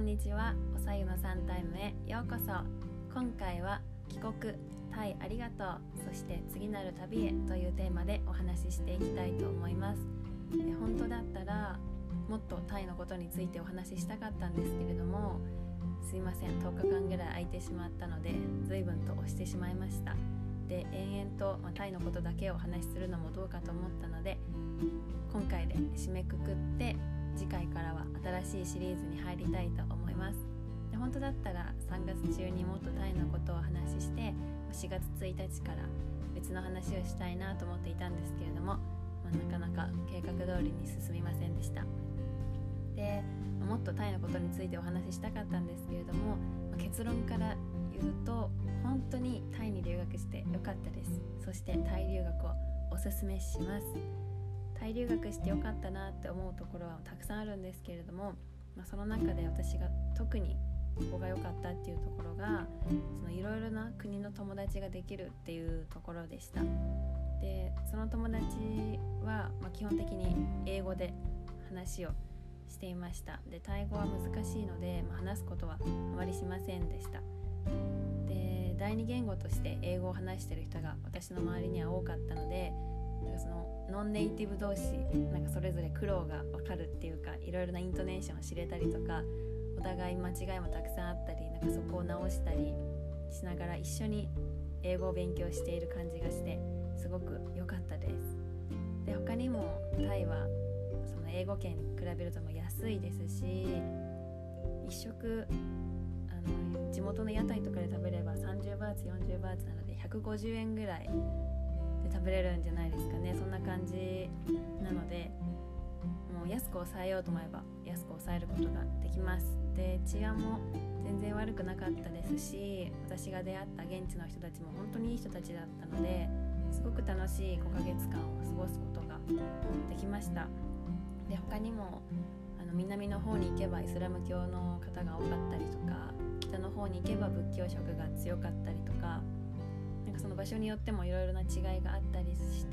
んにちは。おさゆのサンタイムへようこそ。今回は帰国、タイありがとう、そして次なる旅へというテーマでお話ししていきたいと思います。本当だったらもっとタイのことについてお話ししたかったんですけれども、すいません、10日間ぐらい空いてしまったので随分と押してしまいました。で、延々と、タイのことだけをお話しするのもどうかと思ったので、今回で締めくくって次回からは新しいシリーズに入りたいと思います。で、本当だったら3月中にもっとタイのことをお話しして4月1日から別の話をしたいなと思っていたんですけれども、なかなか計画通りに進みませんでした。で、もっとタイのことについてお話ししたかったんですけれども、結論から言うと本当にタイに留学してよかったです。そしてタイ留学をおすすめします。タイ留学してよかったなって思うところはたくさんあるんですけれども、その中で私が特にここが良かったっていうところが、いろいろな国の友達ができるっていうところでした。で、その友達は、基本的に英語で話をしていました。で、タイ語は難しいので、話すことはあまりしませんでした。で、第二言語として英語を話している人が私の周りには多かったので、そのノンネイティブ同士それぞれ苦労が分かるっていうか、いろいろなイントネーションを知れたりとか、お互い間違いもたくさんあったり、そこを直したりしながら一緒に英語を勉強している感じがしてすごく良かったです。で、他にもタイはその英語圏に比べるとも安いですし、一食地元の屋台とかで食べれば30バーツ40バーツなので150円ぐらいで食べれるんじゃないですかね。そんな感じなので、もう安く抑えようと思えば安く抑えることができます。で、治安も全然悪くなかったですし、私が出会った現地の人たちも本当にいい人たちだったので、すごく楽しい5ヶ月間を過ごすことができました。で、他にも南の方に行けばイスラム教の方が多かったりとか、北の方に行けば仏教色が強かったりとか、その場所によってもいろいろな違いがあったりして、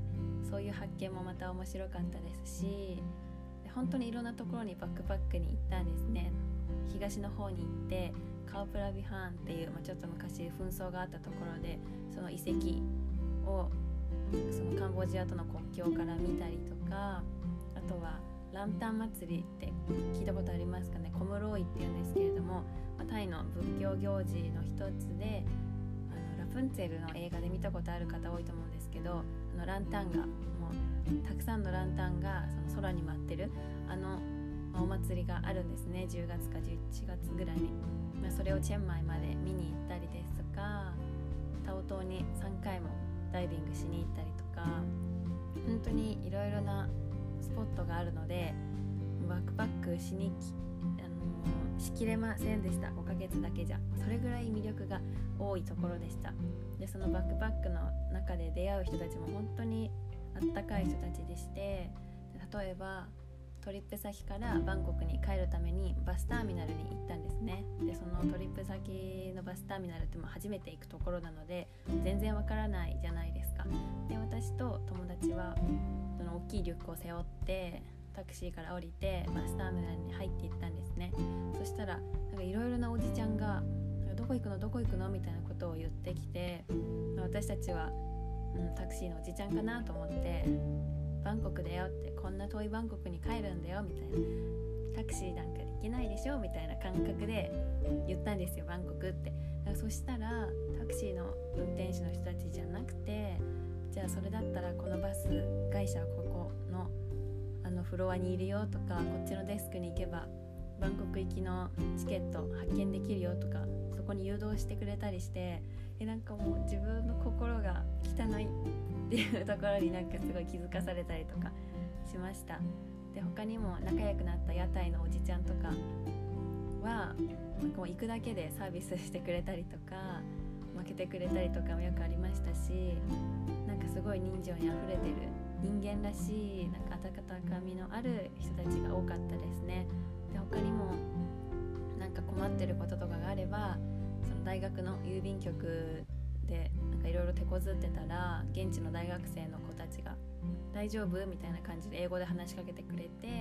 そういう発見もまた面白かったですし、本当にいろんなところにバックパックに行ったんですね。東の方に行ってカウプラビハーンっていう、ちょっと昔紛争があったところで、その遺跡をそのカンボジアとの国境から見たりとか、あとはランタン祭りって聞いたことありますかね。コムローイっていうんですけれども、タイの仏教行事の一つで、ラプンツェルの映画で見たことある方多いと思うんですけど、ランタンがもうたくさんのランタンがその空に舞ってるお祭りがあるんですね。10月か11月ぐらいに、それをチェンマイまで見に行ったりですとか、タオ島に3回もダイビングしに行ったりとか、本当にいろいろなスポットがあるので、バックパックしきれませんでした。5ヶ月だけじゃ。それぐらい魅力が多いところでした。で、そのバックパックの中で出会う人たちも本当にあったかい人たちでして、例えばトリップ先からバンコクに帰るためにバスターミナルに行ったんですね。で、そのトリップ先のバスターミナルって初めて行くところなので全然わからないじゃないですか。で、私と友達はその大きいリュックを背負ってタクシーから降りてバスターミナルに入っていったんですね。そしたらいろいろなおじちゃんがどこ行くのみたいなことを言ってきて、私たちは、タクシーのおじちゃんかなと思って、バンコクだよって、こんな遠いバンコクに帰るんだよみたいな、タクシーなんかできないでしょみたいな感覚で言ったんですよ、バンコクって。そしたらタクシーの運転手の人たちじゃなくて、じゃあそれだったらこのバス会社はここのフロアにいるよとか、こっちのデスクに行けばバンコク行きのチケット発見できるよとか、そこに誘導してくれたりして、もう自分の心が汚いっていうところにすごい気づかされたりとかしました。で、他にも仲良くなった屋台のおじちゃんとかはもう行くだけでサービスしてくれたりとか、負けてくれたりとかもよくありましたし、すごい人情にあふれてる人間らしい温かみのある人たちが多かったですね。で、他にも困ってることとかがあれば、その大学の郵便局でいろいろ手こずってたら、現地の大学生の子たちが大丈夫みたいな感じで英語で話しかけてくれて、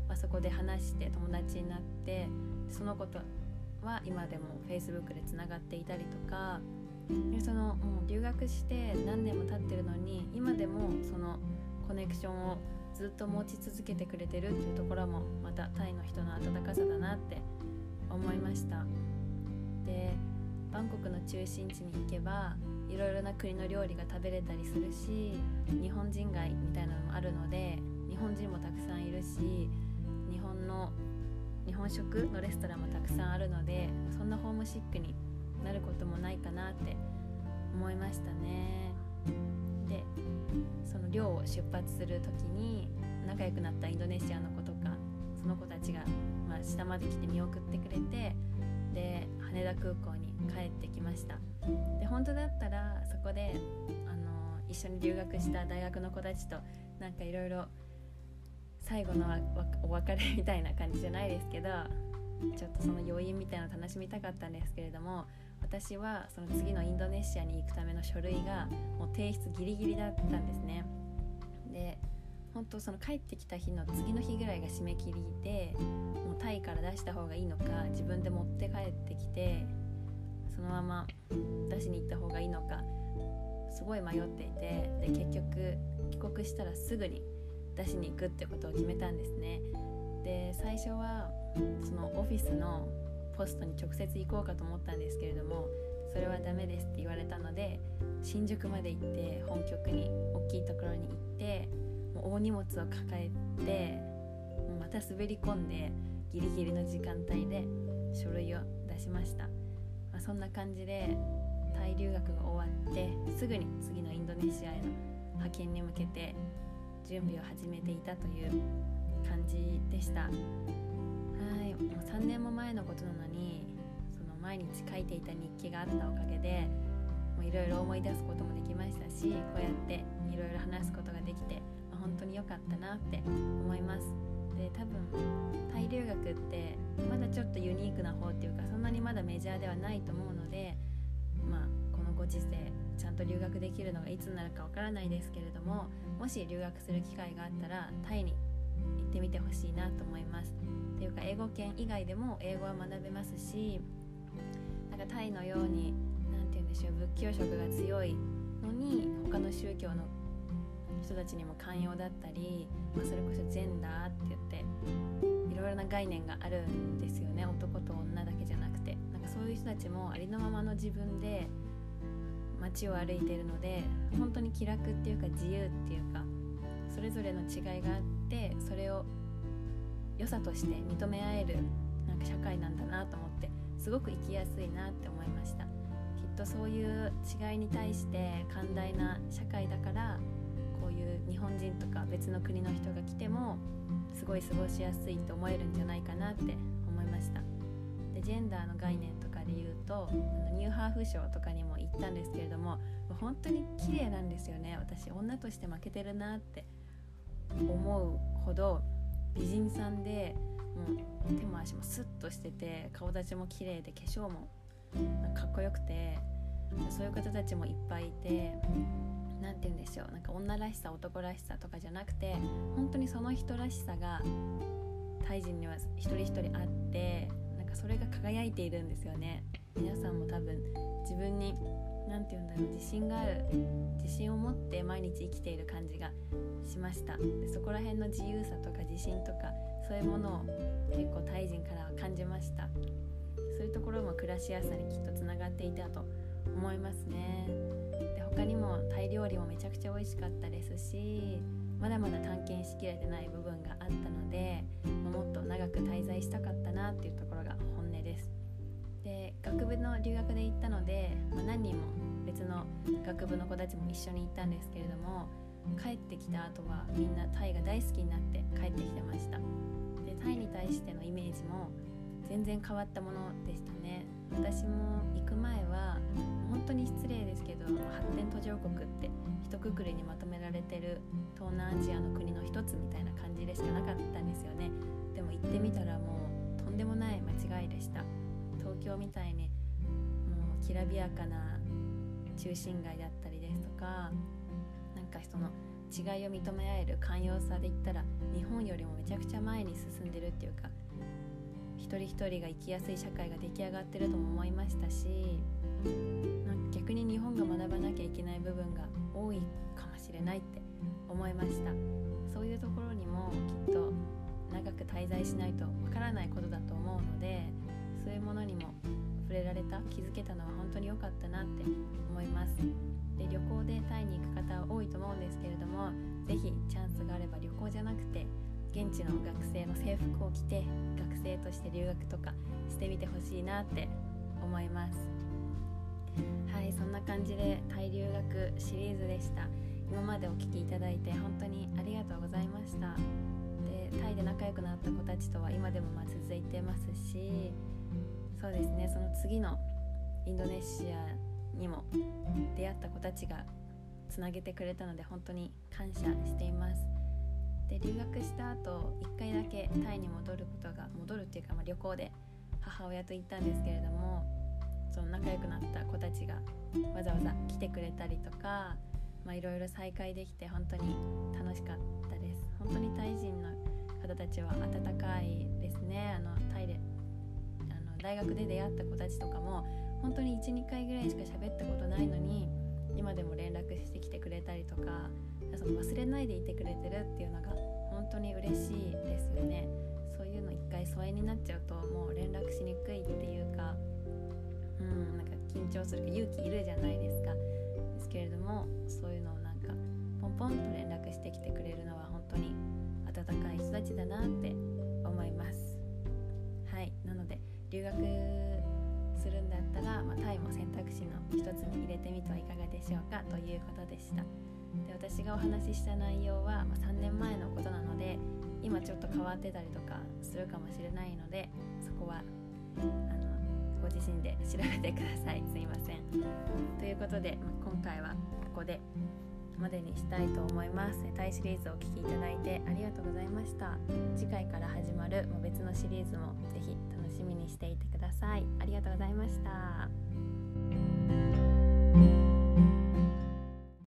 そこで話して友達になって、その子とは今でも Facebook でつながっていたりとか、でそのもう留学して何年も経ってるのに今でもそのコネクションをずっと持ち続けてくれてるっていうところもまたタイの人の温かさだなって思いました。でバンコクの中心地に行けばいろいろな国の料理が食べれたりするし、日本人街みたいなのもあるので日本人もたくさんいるし、日本食のレストランもたくさんあるので、そんなホームシックになることもないかなって思いましたね。でその寮を出発する時に仲良くなったインドネシアの子とか、その子たちが、下まで来て見送ってくれて、で羽田空港に帰ってきました。で本当だったらそこで一緒に留学した大学の子たちとなんかいろいろ最後のお別れみたいな感じじゃないですけど、ちょっとその余韻みたいなのを楽しみたかったんですけれども、私はその次のインドネシアに行くための書類がもう提出ギリギリだったんですね。で本当その帰ってきた日の次の日ぐらいが締め切りで、もうタイから出した方がいいのか自分で持って帰ってきてそのまま出しに行った方がいいのかすごい迷っていて、で結局帰国したらすぐに出しに行くってことを決めたんですね。で最初はそのオフィスのポストに直接行こうかと思ったんですけれども、それはダメですって言われたので、新宿まで行って本局に大きいところに行って、もう大荷物を抱えてもうまた滑り込んでギリギリの時間帯で書類を出しました。そんな感じでタイ留学が終わってすぐに次のインドネシアへの派遣に向けて準備を始めていたという感じでした。はい、もう3年も前のことなのにその毎日書いていた日記があったおかげでいろいろ思い出すこともできましたし、こうやっていろいろ話すことができて、本当に良かったなって思います。で多分タイ留学ってまだちょっとユニークな方っていうか、そんなにまだメジャーではないと思うので、このご時世ちゃんと留学できるのがいつになるかわからないですけれども、もし留学する機会があったらタイに行ってみてほしいなと思います。っていうか英語圏以外でも英語は学べますし、なんかタイのようになんて言うんでしょう、仏教色が強いのに他の宗教の人たちにも寛容だったり、それこそジェンダーって言っていろいろな概念があるんですよね。男と女だけじゃなくて、なんかそういう人たちもありのままの自分で街を歩いているので、本当に気楽っていうか自由っていうか、それぞれの違いがあってそれを良さとして認め合えるなんか社会なんだなと思って、すごく生きやすいなって思いました。きっとそういう違いに対して寛大な社会だから、こういう日本人とか別の国の人が来てもすごい過ごしやすいと思えるんじゃないかなって思いました。でジェンダーの概念とかで言うとニューハーフ賞とかにも行ったんですけれども、本当に綺麗なんですよね。私女として負けてるなって思うほど美人さんで、もう手も足もスッとしてて顔立ちも綺麗で化粧もかっこよくて、そういう方たちもいっぱいいて、なんて言うんでしょう、なんか女らしさ男らしさとかじゃなくて、本当にその人らしさがタイ人には一人一人あって、なんかそれが輝いているんですよね。皆さんも多分自分になんて言うんだろう、自信がある、自信を持って毎日生きている感じがしました。でそこら辺の自由さとか自信とかそういうものを結構タイ人からは感じました。そういうところも暮らしやすさにきっとつながっていたと思いますね。で他にもタイ料理もめちゃくちゃ美味しかったですし、まだまだ探検しきれてない部分があったので、もっと長く滞在したかったなっていうところが本音です。で学部の留学で行ったので、何人も別の学部の子たちも一緒に行ったんですけれども、帰ってきた後はみんなタイが大好きになって帰ってきてました。でタイに対してのイメージも全然変わったものでしたね。私も行く前は本当に失礼ですけど、発展途上国って一括りにまとめられてる東南アジアの国の一つみたいな感じでしかなかったんですよね。でも行ってみたらもうとんでもない間違いでした。東京みたいにもうきらびやかな中心街だったりですとか、なんかその違いを認め合える寛容さで言ったら日本よりもめちゃくちゃ前に進んでるっていうか、一人一人が生きやすい社会が出来上がってるとも思いましたし、逆に日本が学ばなきゃいけない部分が多いかもしれないって思いました。そういうところにもきっと長く滞在しないとわからないことだと思うので、そういうものにも触れられた、気づけたのは本当に良かったなって思います。で、旅行でタイに行く方は多いと思うんですけれども、ぜひチャンスがあれば旅行じゃなくて現地の学生の制服を着て学生として留学とかしてみてほしいなって思います。はい、そんな感じでタイ留学シリーズでした。今までお聞きいただいて本当にありがとうございました。で、タイで仲良くなった子たちとは今でも続いてますし、そうですね、その次のインドネシアにも出会った子たちがつなげてくれたので本当に感謝しています。で、留学した後1回だけタイに戻るっていうか、旅行で母親と行ったんですけれども、その仲良くなった子たちがわざわざ来てくれたりとか、いろいろ再会できて本当に楽しかったです。本当にタイ人の方たちは温かいですね。タイで大学で出会った子たちとかも本当に 1,2 回ぐらいしか喋ったことないのに今でも連絡してきてくれたりとか、その忘れないでいてくれてるっていうのが本当に嬉しいですよね。そういうの一回疎遠になっちゃうともう連絡しにくいっていうか、なんか緊張するか勇気いるじゃないですか。ですけれども、そういうのをなんかポンポンと連絡してきてくれるのは本当に温かい人たちだなって思います。はい、なので留学するんだったら、タイも選択肢の一つに入れてみてはいかがでしょうかということでした。で、私がお話しした内容は、3年前のことなので今ちょっと変わってたりとかするかもしれないので、そこはご自身で調べてください。すいません。ということで、今回はここでまでにしたいと思います。タイシリーズをお聞きいただいてありがとうございました。次回から始まる別のシリーズもぜひ楽しみにしていてください。ありがとうございました。